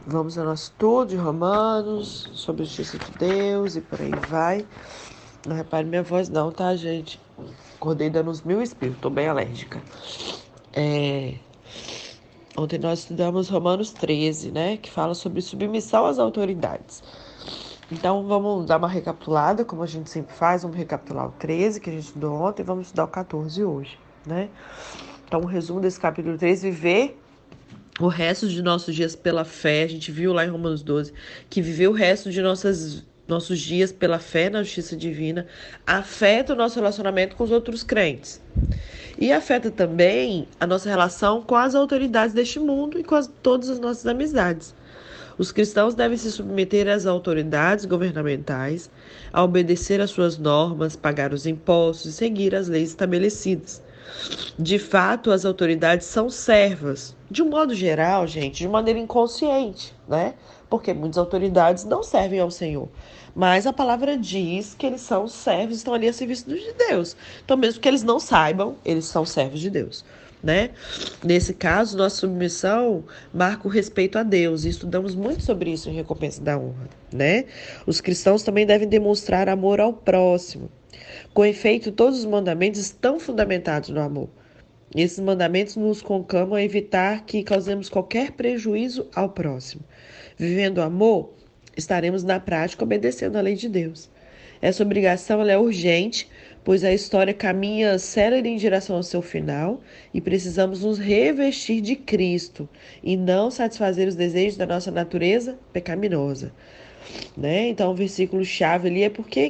Vamos ao nosso estudo de Romanos, sobre a justiça de Deus e por aí vai. Não repare minha voz não, tá, gente? Acordei dando uns 1000 espirros, tô bem alérgica. Ontem nós estudamos Romanos 13, né? Que fala sobre submissão às autoridades. Então vamos dar uma recapitulada, como a gente sempre faz. Vamos recapitular o 13 que a gente estudou ontem e vamos estudar o 14 hoje, né? Então, um resumo desse capítulo 13, viver o resto de nossos dias pela fé. A gente viu lá em Romanos 12 que viver o resto de nossos dias pela fé na justiça divina afeta o nosso relacionamento com os outros crentes. E afeta também a nossa relação com as autoridades deste mundo e com todas as nossas amizades. Os cristãos devem se submeter às autoridades governamentais, a obedecer às suas normas, pagar os impostos e seguir as leis estabelecidas. De fato, as autoridades são servas, de um modo geral, gente, de maneira inconsciente, né? Porque muitas autoridades não servem ao Senhor. Mas a palavra diz que eles são servos, estão ali a serviço de Deus. Então, mesmo que eles não saibam, eles são servos de Deus, né? Nesse caso, nossa submissão marca o respeito a Deus, e estudamos muito sobre isso em Recompensa da Honra, né? Os cristãos também devem demonstrar amor ao próximo. Com efeito, todos os mandamentos estão fundamentados no amor. Esses mandamentos nos conclamam a evitar que causemos qualquer prejuízo ao próximo. Vivendo o amor, estaremos na prática obedecendo à lei de Deus. Essa obrigação é urgente, pois a história caminha célere em direção ao seu final e precisamos nos revestir de Cristo e não satisfazer os desejos da nossa natureza pecaminosa, né? Então, o versículo-chave ali é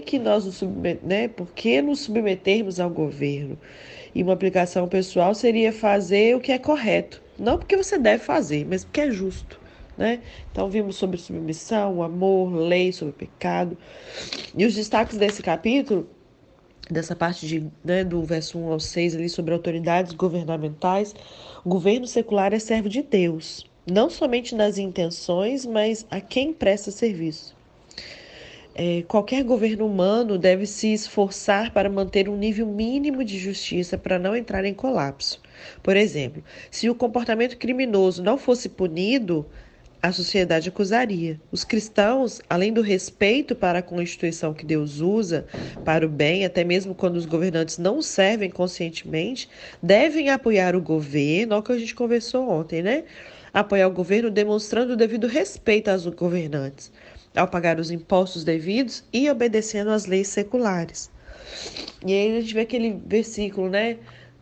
por que nos submetermos ao governo? E uma aplicação pessoal seria fazer o que é correto. Não porque você deve fazer, mas porque é justo, né? Então, vimos sobre submissão, amor, lei, sobre pecado. E os destaques desse capítulo, dessa parte do verso 1 ao 6, ali, sobre autoridades governamentais. O governo secular é servo de Deus, não somente nas intenções, mas a quem presta serviço. Qualquer governo humano deve se esforçar para manter um nível mínimo de justiça para não entrar em colapso. Por exemplo, se o comportamento criminoso não fosse punido, a sociedade acusaria. Os cristãos, além do respeito para a Constituição que Deus usa para o bem, até mesmo quando os governantes não servem conscientemente, devem apoiar o governo, é o que a gente conversou ontem, né? Apoiar o governo demonstrando o devido respeito aos governantes, ao pagar os impostos devidos e obedecendo às leis seculares. E aí a gente vê aquele versículo, né?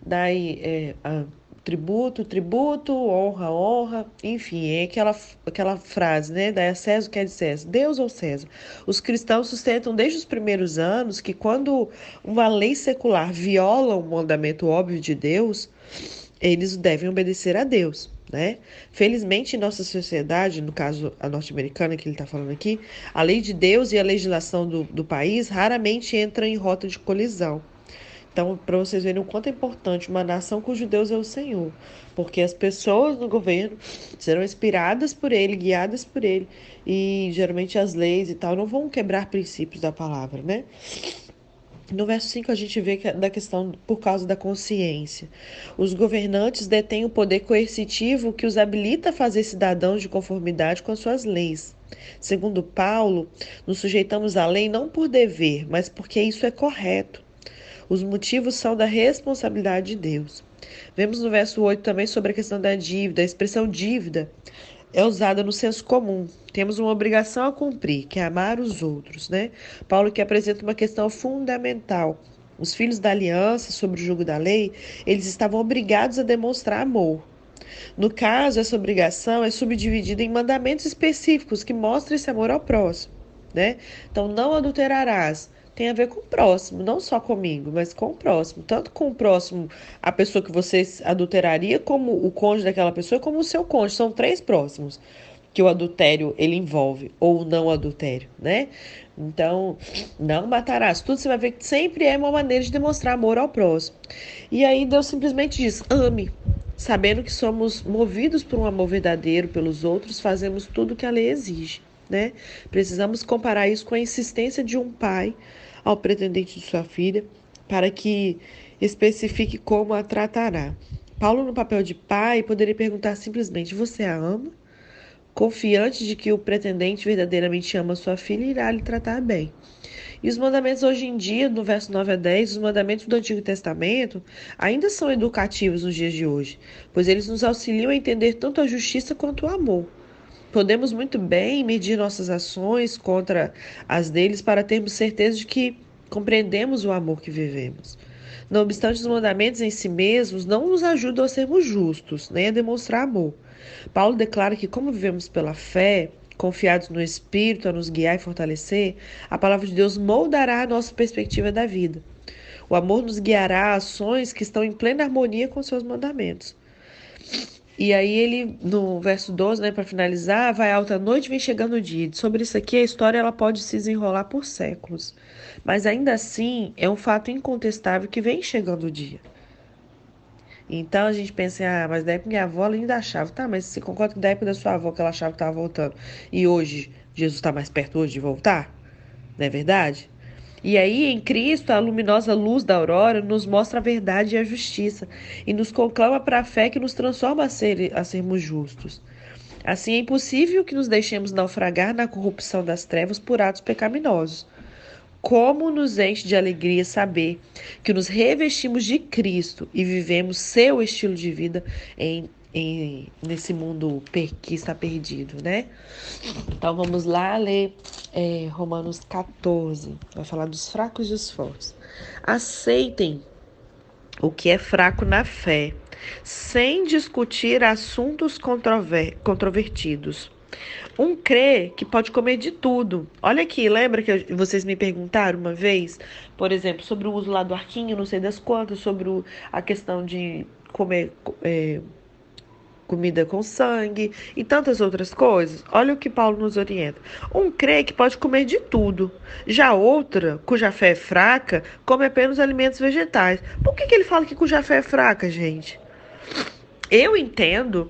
Daí, tributo, tributo, honra, honra, enfim, é aquela frase, né? Daí a César o que é de César, Deus ou César. Os cristãos sustentam desde os primeiros anos que quando uma lei secular viola um mandamento óbvio de Deus, eles devem obedecer a Deus, né? Felizmente, em nossa sociedade, no caso a norte-americana que ele está falando aqui, a lei de Deus e a legislação do país raramente entram em rota de colisão. Então, para vocês verem o quanto é importante uma nação cujo Deus é o Senhor, porque as pessoas no governo serão inspiradas por ele, guiadas por ele, e geralmente as leis e tal não vão quebrar princípios da palavra, né? No verso 5 a gente vê da questão por causa da consciência. Os governantes detêm o poder coercitivo que os habilita a fazer cidadãos de conformidade com as suas leis. Segundo Paulo, nos sujeitamos à lei não por dever, mas porque isso é correto. Os motivos são da responsabilidade de Deus. Vemos no verso 8 também sobre a questão da dívida. A expressão dívida é usada no senso comum. Temos uma obrigação a cumprir, que é amar os outros, né? Paulo que apresenta uma questão fundamental. Os filhos da aliança, sob o jugo da lei, eles estavam obrigados a demonstrar amor. No caso, essa obrigação é subdividida em mandamentos específicos que mostram esse amor ao próximo, né? Então, não adulterarás. Tem a ver com o próximo, não só comigo, mas com o próximo. Tanto com o próximo, a pessoa que você adulteraria, como o cônjuge daquela pessoa, como o seu cônjuge. São três próximos que o adultério ele envolve, ou o não adultério, né? Então, não matarás. Tudo você vai ver que sempre é uma maneira de demonstrar amor ao próximo. E aí Deus simplesmente diz: ame. Sabendo que somos movidos por um amor verdadeiro pelos outros, fazemos tudo o que a lei exige, né? Precisamos comparar isso com a insistência de um pai ao pretendente de sua filha para que especifique como a tratará. Paulo, no papel de pai, poderia perguntar simplesmente: você a ama? confiante de que o pretendente verdadeiramente ama sua filha e irá lhe tratar bem. E os mandamentos hoje em dia, no verso 9 a 10, os mandamentos do Antigo Testamento ainda são educativos nos dias de hoje, pois eles nos auxiliam a entender tanto a justiça quanto o amor. Podemos muito bem medir nossas ações contra as deles para termos certeza de que compreendemos o amor que vivemos. Não obstante, os mandamentos em si mesmos não nos ajudam a sermos justos, nem a demonstrar amor. Paulo declara que, como vivemos pela fé, confiados no Espírito a nos guiar e fortalecer, a palavra de Deus moldará a nossa perspectiva da vida. O amor nos guiará a ações que estão em plena harmonia com seus mandamentos. E aí ele, no verso 12, para finalizar, vai alta noite, vem chegando o dia. Sobre isso aqui, a história ela pode se desenrolar por séculos. Mas ainda assim, é um fato incontestável que vem chegando o dia. Então a gente pensa, mas da época minha avó ela ainda achava. Tá, mas você concorda que da época da sua avó que ela achava que estava voltando. E hoje, Jesus está mais perto hoje de voltar? Não é verdade? E aí, em Cristo, a luminosa luz da aurora nos mostra a verdade e a justiça e nos conclama para a fé que nos transforma a sermos justos. Assim, é impossível que nos deixemos naufragar na corrupção das trevas por atos pecaminosos. Como nos enche de alegria saber que nos revestimos de Cristo e vivemos seu estilo de vida nesse mundo que está perdido, né? Então vamos lá ler Romanos 14, vai falar dos fracos e os fortes. Aceitem o que é fraco na fé, sem discutir assuntos controvertidos. Um crê que pode comer de tudo. Olha aqui, lembra que vocês me perguntaram uma vez, por exemplo, sobre o uso lá do arquinho, não sei das quantas, sobre a questão de comer comida com sangue e tantas outras coisas. Olha o que Paulo nos orienta. Um crê que pode comer de tudo. Já outra, cuja fé é fraca, come apenas alimentos vegetais. Por que ele fala que cuja fé é fraca, gente? Eu entendo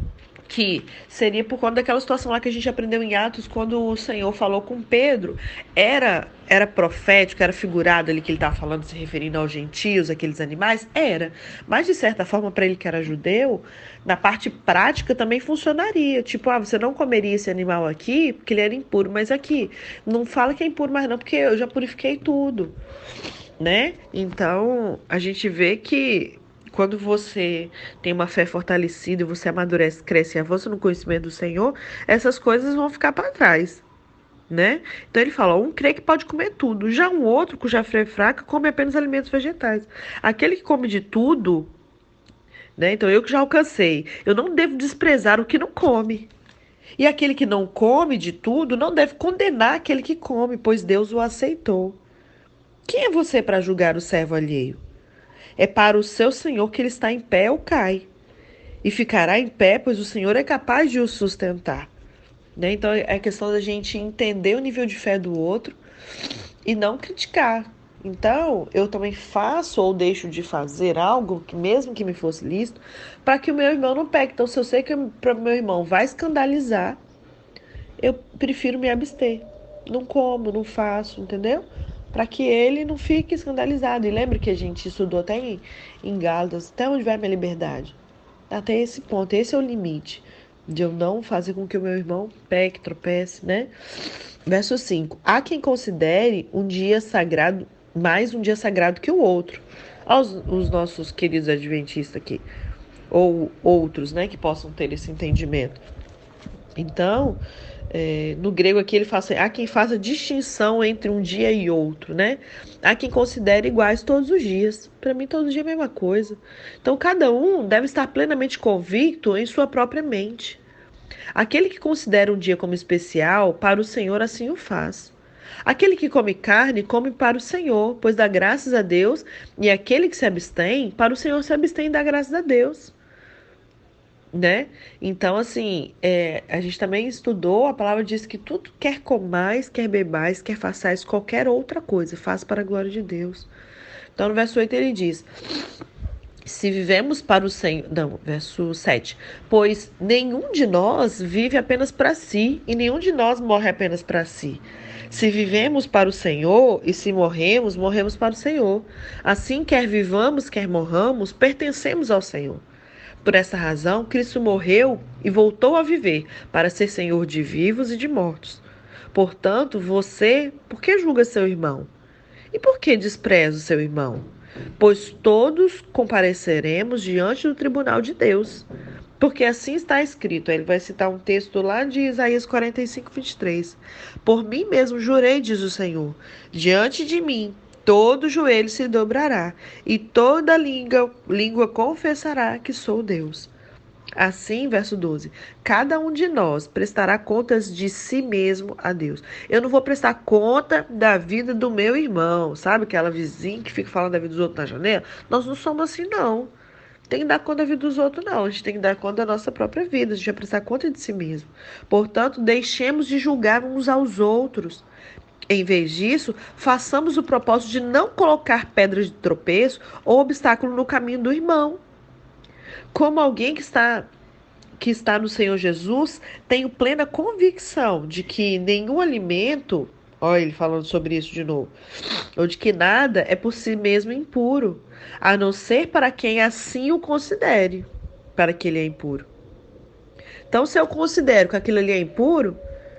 que seria por conta daquela situação lá que a gente aprendeu em Atos, quando o Senhor falou com Pedro. Era profético, era figurado ali que ele estava falando, se referindo aos gentios, aqueles animais? Era. Mas, de certa forma, para ele que era judeu, na parte prática também funcionaria. Tipo, você não comeria esse animal aqui porque ele era impuro, mas aqui, não fala que é impuro mais não, porque eu já purifiquei tudo, né? Então, a gente vê que quando você tem uma fé fortalecida e você amadurece, cresce e avança no conhecimento do Senhor, essas coisas vão ficar para trás, né? Então ele fala, um crê que pode comer tudo, já um outro, cuja fé é fraca, come apenas alimentos vegetais. Aquele que come de tudo, né? Então eu que já alcancei, eu não devo desprezar o que não come. E aquele que não come de tudo não deve condenar aquele que come, pois Deus o aceitou. Quem é você para julgar o servo alheio? É para o seu Senhor que ele está em pé ou cai. E ficará em pé, pois o Senhor é capaz de o sustentar. Né? Então é questão da gente entender o nível de fé do outro e não criticar. Então eu também faço ou deixo de fazer algo, que mesmo que me fosse lícito, para que o meu irmão não pegue. Então se eu sei que para o meu irmão vai escandalizar, eu prefiro me abster. Não como, não faço, entendeu? Para que ele não fique escandalizado. E lembre que a gente estudou até em Gálatas, até onde vai minha liberdade. Até esse ponto, esse é o limite de eu não fazer com que o meu irmão peque, tropece, né? Verso 5. Há quem considere um dia sagrado, mais um dia sagrado que o outro. Os nossos queridos adventistas aqui, ou outros, né, que possam ter esse entendimento. Então, no grego aqui ele fala assim, há quem faça distinção entre um dia e outro, né? Há quem considere iguais todos os dias. Para mim, todo dia é a mesma coisa. Então, cada um deve estar plenamente convicto em sua própria mente. Aquele que considera um dia como especial, para o Senhor assim o faz. Aquele que come carne, come para o Senhor, pois dá graças a Deus, e aquele que se abstém, para o Senhor se abstém e dá graças a Deus. Né? Então, assim, a gente também estudou, a palavra diz que tudo quer comais, quer bebais, quer façais qualquer outra coisa, faz para a glória de Deus. Então, no verso 8 ele diz, se vivemos para o Senhor, não, verso 7, pois nenhum de nós vive apenas para si, e nenhum de nós morre apenas para si. Se vivemos para o Senhor, e se morremos, morremos para o Senhor. Assim, quer vivamos, quer morramos, pertencemos ao Senhor. Por essa razão, Cristo morreu e voltou a viver para ser Senhor de vivos e de mortos. Portanto, você, por que julga seu irmão? E por que despreza o seu irmão? Pois todos compareceremos diante do tribunal de Deus. Porque assim está escrito. Ele vai citar um texto lá de Isaías 45, 23. Por mim mesmo jurei, diz o Senhor, diante de mim todo joelho se dobrará e toda língua confessará que sou Deus. Assim, verso 12, cada um de nós prestará contas de si mesmo a Deus. Eu não vou prestar conta da vida do meu irmão, sabe? Aquela vizinha que fica falando da vida dos outros na janela. Nós não somos assim, não. Tem que dar conta da vida dos outros, não. A gente tem que dar conta da nossa própria vida. A gente vai prestar conta de si mesmo. Portanto, deixemos de julgar uns aos outros. Em vez disso, façamos o propósito de não colocar pedras de tropeço ou obstáculo no caminho do irmão. Como alguém que está no Senhor Jesus, tenho plena convicção de que nenhum alimento, olha ele falando sobre isso de novo, ou de que nada é por si mesmo impuro, a não ser para quem assim o considere, para que ele é impuro. Então, se eu considero que aquilo ali é impuro,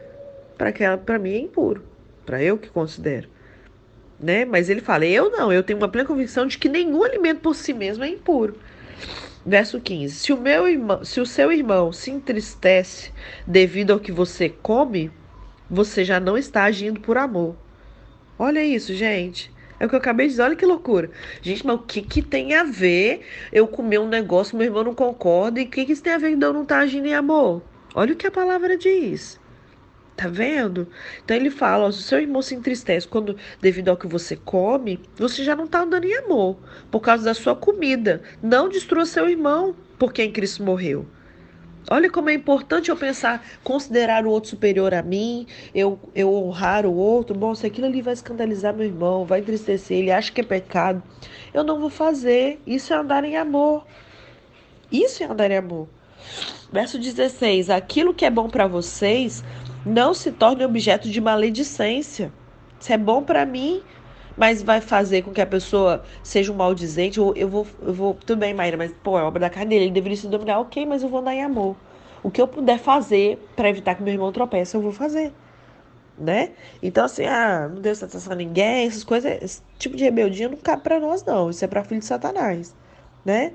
para mim é impuro, para eu que considero. Né? Mas ele fala, eu não, eu tenho uma plena convicção de que nenhum alimento por si mesmo é impuro. Verso 15. Se o seu irmão se entristece devido ao que você come, você já não está agindo por amor. Olha isso, gente. É o que eu acabei de dizer, olha que loucura. Gente, mas o que tem a ver eu comer um negócio, meu irmão não concorda, e o que isso tem a ver com eu não estar agindo em amor? Olha o que a palavra diz. Tá vendo? Então ele fala, ó, se o seu irmão se entristece devido ao que você come, você já não tá andando em amor, por causa da sua comida. Não destrua seu irmão, por quem Cristo morreu. Olha como é importante eu pensar, considerar o outro superior a mim, eu honrar o outro. Bom, se aquilo ali vai escandalizar meu irmão, vai entristecer, ele acha que é pecado, eu não vou fazer. Isso é andar em amor. Isso é andar em amor. Verso 16. Aquilo que é bom para vocês não se torne objeto de maledicência. Isso é bom para mim, mas vai fazer com que a pessoa seja um maldizente. Eu vou. Tudo bem, Maíra, mas pô, é obra da carne dele. Ele deveria se dominar, ok, mas eu vou andar em amor. O que eu puder fazer para evitar que meu irmão tropece, eu vou fazer. Né? Então, assim, não deu satisfação a ninguém, essas coisas, esse tipo de rebeldia não cabe para nós, não. Isso é para filho de Satanás. Né?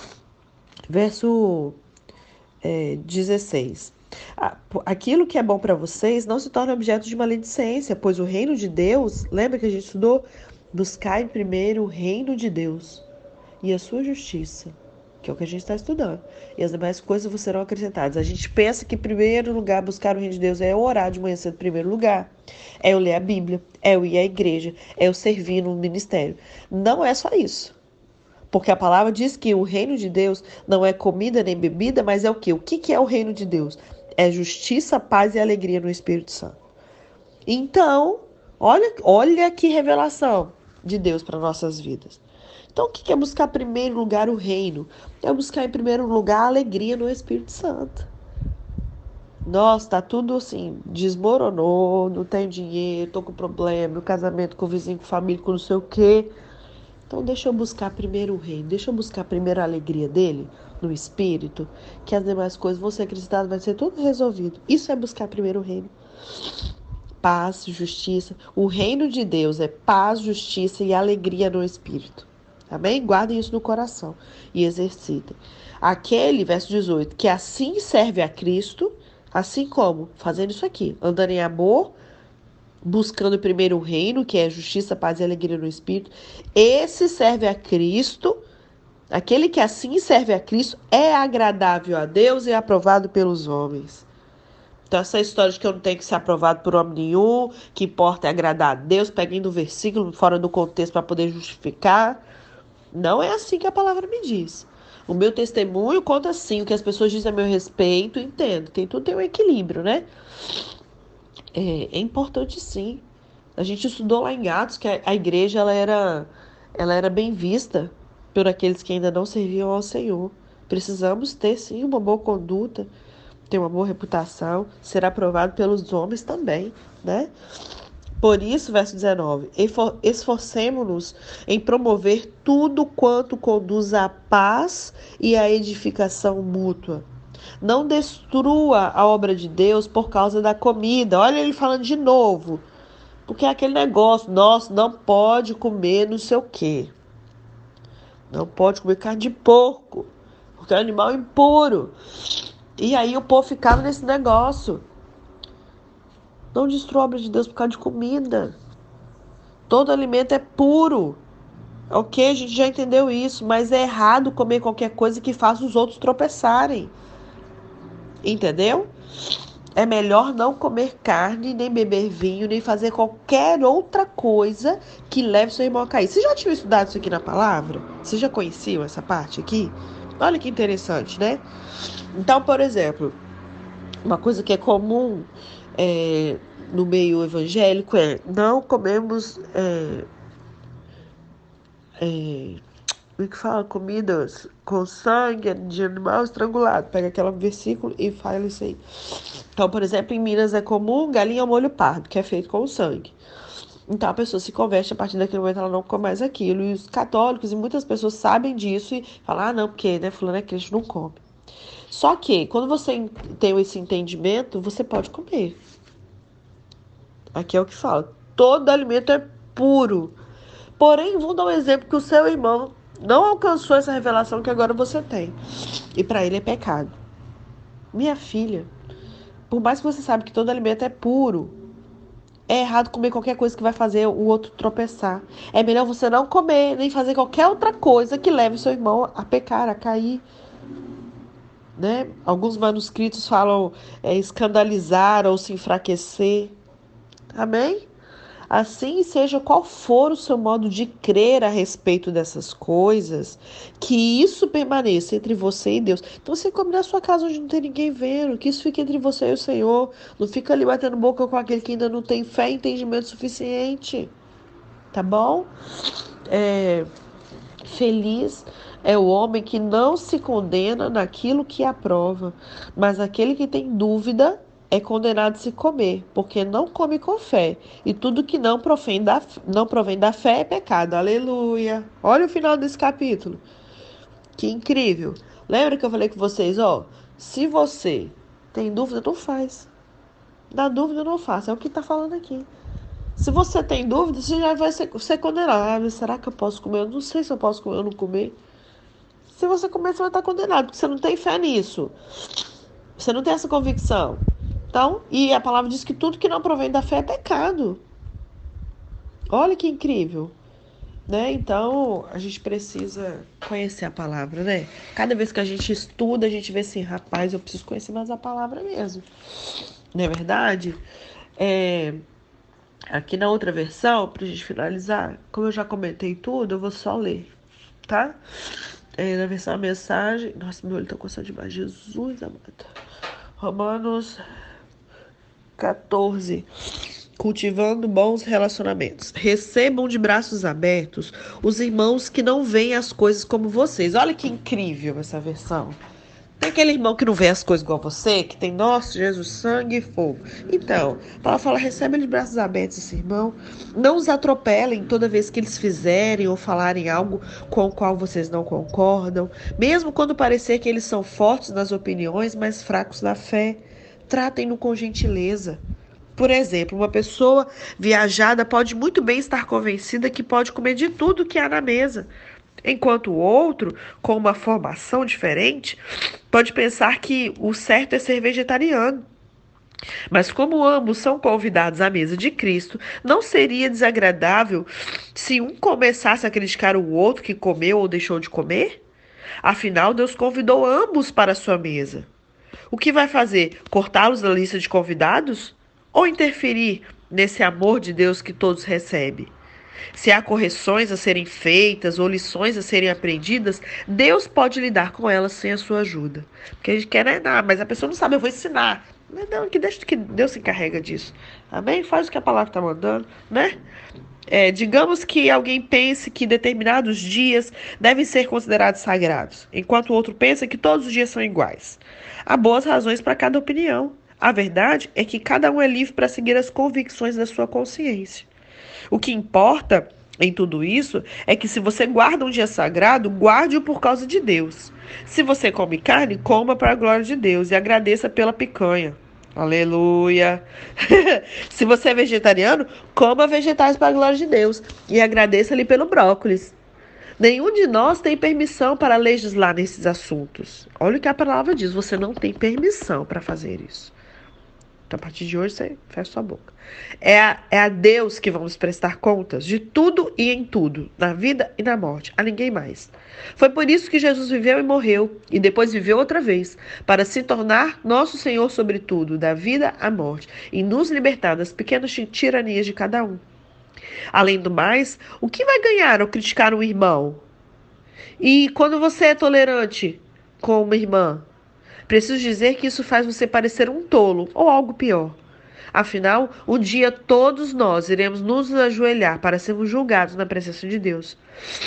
Verso 16. Aquilo que é bom para vocês não se torna objeto de maledicência, pois o reino de Deus, lembra que a gente estudou? Buscai primeiro o reino de Deus e a sua justiça, que é o que a gente está estudando. E as demais coisas vos serão acrescentadas. A gente pensa que, em primeiro lugar, buscar o reino de Deus é eu orar de manhã cedo, em primeiro lugar. É eu ler a Bíblia, é eu ir à igreja, é eu servir no ministério. Não é só isso. Porque a palavra diz que o reino de Deus não é comida nem bebida, mas é o quê? O que é o reino de Deus? É justiça, paz e alegria no Espírito Santo. Então, olha que revelação de Deus para nossas vidas. Então, o que é buscar em primeiro lugar o reino? É buscar em primeiro lugar a alegria no Espírito Santo. Nossa, tá tudo assim, desmoronou, não tenho dinheiro, tô com problema, no casamento com o vizinho, com família, com não sei o quê. Então deixa eu buscar primeiro o reino, deixa eu buscar primeiro a alegria dele, no espírito, que as demais coisas vão ser acrescentadas, vai ser tudo resolvido. Isso é buscar primeiro o reino. Paz, justiça. O reino de Deus é paz, justiça e alegria no espírito. Amém? Guardem isso no coração e exercitem. Aquele, verso 18, que assim serve a Cristo, assim como, fazendo isso aqui, andando em amor, buscando primeiro o reino, que é justiça, paz e alegria no Espírito. Esse serve a Cristo. Aquele que assim serve a Cristo é agradável a Deus e é aprovado pelos homens. Então, essa história de que eu não tenho que ser aprovado por homem nenhum, que importa é agradar a Deus, pegando o versículo fora do contexto para poder justificar. Não é assim que a palavra me diz. O meu testemunho conta sim, o que as pessoas dizem a meu respeito, entendo. Tudo tem um equilíbrio, né? É importante sim. A gente estudou lá em Atos que a igreja ela era bem vista por aqueles que ainda não serviam ao Senhor. Precisamos ter sim uma boa conduta, ter uma boa reputação, ser aprovado pelos homens também, né? Por isso, verso 19, esforcemo-nos em promover tudo quanto conduz à paz e à edificação mútua. Não destrua a obra de Deus por causa da comida. Olha ele falando de novo. Porque é aquele negócio, nossa, não pode comer não sei o quê. Não pode comer carne de porco, porque é um animal impuro. E aí o povo ficava nesse negócio. Não destrua a obra de Deus por causa de comida. Todo alimento é puro. Ok, a gente já entendeu isso, mas é errado comer qualquer coisa que faça os outros tropeçarem. Entendeu? É melhor não comer carne, nem beber vinho, nem fazer qualquer outra coisa que leve seu irmão a cair. Você já tinha estudado isso aqui na palavra? Você já conhecia essa parte aqui? Olha que interessante, né? Então, por exemplo, uma coisa que é comum no meio evangélico é não comemos como é que fala? Comidas com sangue de animal estrangulado. Pega aquele versículo e fala isso aí. Então, por exemplo, em Minas é comum galinha ao molho pardo, que é feito com sangue. Então a pessoa se converte, a partir daquele momento ela não come mais aquilo. E os católicos e muitas pessoas sabem disso e falam, não, porque né, fulano é crente, não come. Só que, quando você tem esse entendimento, você pode comer. Aqui é o que fala. Todo alimento é puro. Porém, vou dar um exemplo que o seu irmão não alcançou essa revelação que agora você tem. E para ele é pecado. Minha filha, por mais que você saiba que todo alimento é puro, é errado comer qualquer coisa que vai fazer o outro tropeçar. É melhor você não comer, nem fazer qualquer outra coisa que leve seu irmão a pecar, a cair. Né? Alguns manuscritos falam escandalizar ou se enfraquecer. Amém? Assim, seja qual for o seu modo de crer a respeito dessas coisas, que isso permaneça entre você e Deus. Então, você come na sua casa onde não tem ninguém vendo, que isso fique entre você e o Senhor. Não fica ali batendo boca com aquele que ainda não tem fé e entendimento suficiente. Tá bom? Feliz é o homem que não se condena naquilo que aprova, mas aquele que tem dúvida é condenado a se comer, porque não come com fé. E tudo que não provém da fé é pecado. Aleluia. Olha o final desse capítulo. Que incrível. Lembra que eu falei com vocês, ó, se você tem dúvida, não faz. Na dúvida, não faça. É o que está falando aqui. Se você tem dúvida, você já vai ser condenado. Ah, mas será que eu posso comer? Eu não sei se eu posso comer ou não comer. Se você comer, você vai estar condenado, porque você não tem fé nisso. Você não tem essa convicção. Então, e a palavra diz que tudo que não provém da fé é pecado. Olha que incrível. Né? Então, a gente precisa conhecer a palavra, né? Cada vez que a gente estuda, a gente vê assim, rapaz, eu preciso conhecer mais a palavra mesmo. Não é verdade? Aqui na outra versão, pra gente finalizar, como eu já comentei tudo, eu vou só ler, tá? Na versão a mensagem. Nossa, meu olho tá coçando demais. Jesus amado. Romanos 14. Cultivando bons relacionamentos. Recebam de braços abertos os irmãos que não veem as coisas como vocês. Olha que incrível essa versão. Tem aquele irmão que não vê as coisas igual você, que tem, nosso Jesus, sangue e fogo. Então, a palavra fala, recebe de braços abertos esse irmão. Não os atropelem toda vez que eles fizerem ou falarem algo com o qual vocês não concordam. Mesmo quando parecer que eles são fortes nas opiniões, mas fracos na fé. Tratem-no com gentileza. Por exemplo, uma pessoa viajada pode muito bem estar convencida que pode comer de tudo que há na mesa, enquanto o outro, com uma formação diferente, pode pensar que o certo é ser vegetariano. Mas como ambos são convidados à mesa de Cristo, não seria desagradável se um começasse a criticar o outro que comeu ou deixou de comer? Afinal, Deus convidou ambos para a sua mesa. O que vai fazer? Cortá-los da lista de convidados? Ou interferir nesse amor de Deus que todos recebem? Se há correções a serem feitas ou lições a serem aprendidas, Deus pode lidar com elas sem a sua ajuda. Porque a gente quer, né? Não, mas a pessoa não sabe, eu vou ensinar. Não, que deixa que Deus se encarrega disso. Amém? Faz o que a palavra está mandando, né? Digamos que alguém pense que determinados dias devem ser considerados sagrados, enquanto o outro pensa que todos os dias são iguais. Há boas razões para cada opinião. A verdade é que cada um é livre para seguir as convicções da sua consciência. O que importa em tudo isso é que se você guarda um dia sagrado, guarde-o por causa de Deus. Se você come carne, coma para a glória de Deus e agradeça pela picanha. Aleluia! Se você é vegetariano, coma vegetais para a glória de Deus e agradeça-lhe pelo brócolis. Nenhum de nós tem permissão para legislar nesses assuntos. Olha o que a palavra diz, você não tem permissão para fazer isso. Então, a partir de hoje, você fecha sua boca. É a Deus que vamos prestar contas de tudo e em tudo, na vida e na morte, a ninguém mais. Foi por isso que Jesus viveu e morreu, e depois viveu outra vez, para se tornar nosso Senhor sobre tudo, da vida à morte, e nos libertar das pequenas tiranias de cada um. Além do mais, o que vai ganhar ao criticar um irmão? E quando você é tolerante com uma irmã? Preciso dizer que isso faz você parecer um tolo ou algo pior. Afinal, um dia todos nós iremos nos ajoelhar para sermos julgados na presença de Deus.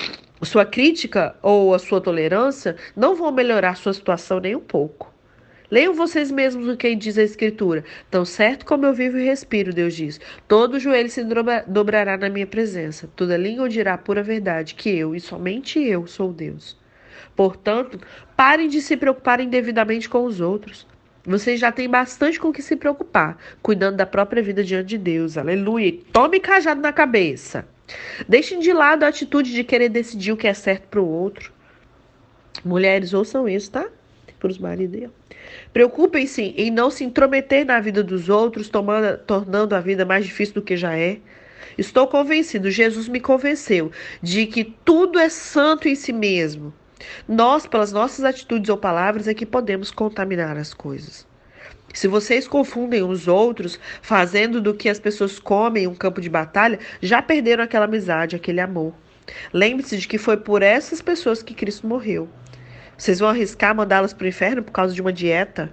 Sua crítica ou a sua tolerância não vão melhorar sua situação nem um pouco. Leiam vocês mesmos o que diz a Escritura. Tão certo como eu vivo e respiro, Deus diz. Todo joelho se dobrará na minha presença. Toda língua dirá a pura verdade, que eu, e somente eu, sou Deus. Portanto, parem de se preocuparem indevidamente com os outros. Vocês já têm bastante com o que se preocupar, cuidando da própria vida diante de Deus. Aleluia. E tome cajado na cabeça. Deixem de lado a atitude de querer decidir o que é certo para o outro. Mulheres, ouçam isso, tá? Para os maridos aí. Preocupem-se em não se intrometer na vida dos outros, tornando a vida mais difícil do que já é. Estou convencido, Jesus me convenceu, de que tudo é santo em si mesmo. Nós, pelas nossas atitudes ou palavras, é que podemos contaminar as coisas. Se vocês confundem os outros, fazendo do que as pessoas comem um campo de batalha, já perderam aquela amizade, aquele amor. Lembre-se de que foi por essas pessoas que Cristo morreu. Vocês vão arriscar mandá-las para o inferno por causa de uma dieta?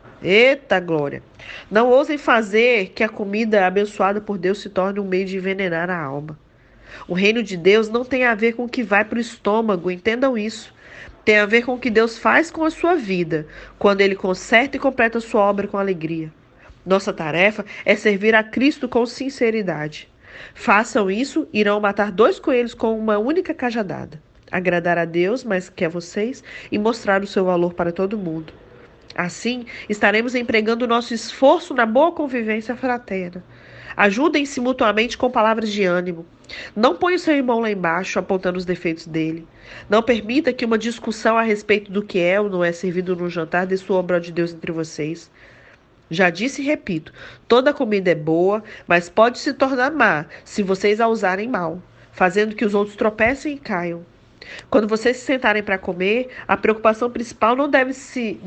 Eita glória! Não ousem fazer que a comida abençoada por Deus se torne um meio de envenenar a alma. O reino de Deus não tem a ver com o que vai para o estômago, entendam isso. Tem a ver com o que Deus faz com a sua vida, quando Ele conserta e completa a sua obra com alegria. Nossa tarefa é servir a Cristo com sinceridade. Façam isso, irão matar 2 coelhos com uma única cajadada. Agradar a Deus mais que a vocês e mostrar o seu valor para todo mundo. Assim, estaremos empregando o nosso esforço na boa convivência fraterna. Ajudem-se mutuamente com palavras de ânimo. Não ponha o seu irmão lá embaixo, apontando os defeitos dele. Não permita que uma discussão a respeito do que é ou não é servido no jantar dê sua obra de Deus entre vocês. Já disse e repito, toda comida é boa, mas pode se tornar má se vocês a usarem mal, fazendo que os outros tropecem e caiam. Quando vocês se sentarem para comer, a preocupação principal não deve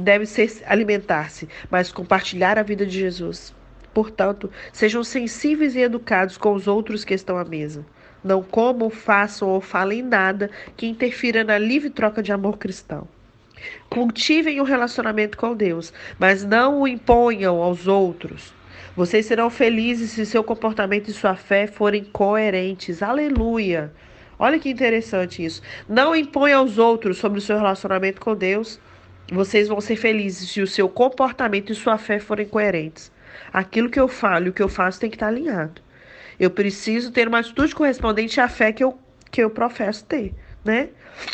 ser alimentar-se, mas compartilhar a vida de Jesus. Portanto, sejam sensíveis e educados com os outros que estão à mesa. Não comam, façam ou falem nada que interfira na livre troca de amor cristão. Cultivem o relacionamento com Deus, mas não o imponham aos outros. Vocês serão felizes se seu comportamento e sua fé forem coerentes. Aleluia! Olha que interessante isso. Não impõe aos outros sobre o seu relacionamento com Deus. Vocês vão ser felizes se o seu comportamento e sua fé forem coerentes. Aquilo que eu falo e o que eu faço tem que estar alinhado. Eu preciso ter uma atitude correspondente à fé que eu professo ter, né?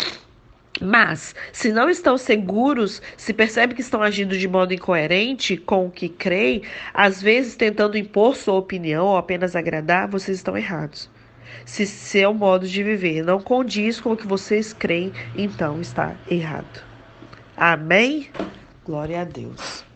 Mas, se não estão seguros, se percebe que estão agindo de modo incoerente com o que creem, às vezes tentando impor sua opinião ou apenas agradar, vocês estão errados. Se seu modo de viver não condiz com o que vocês creem, então está errado. Amém? Glória a Deus.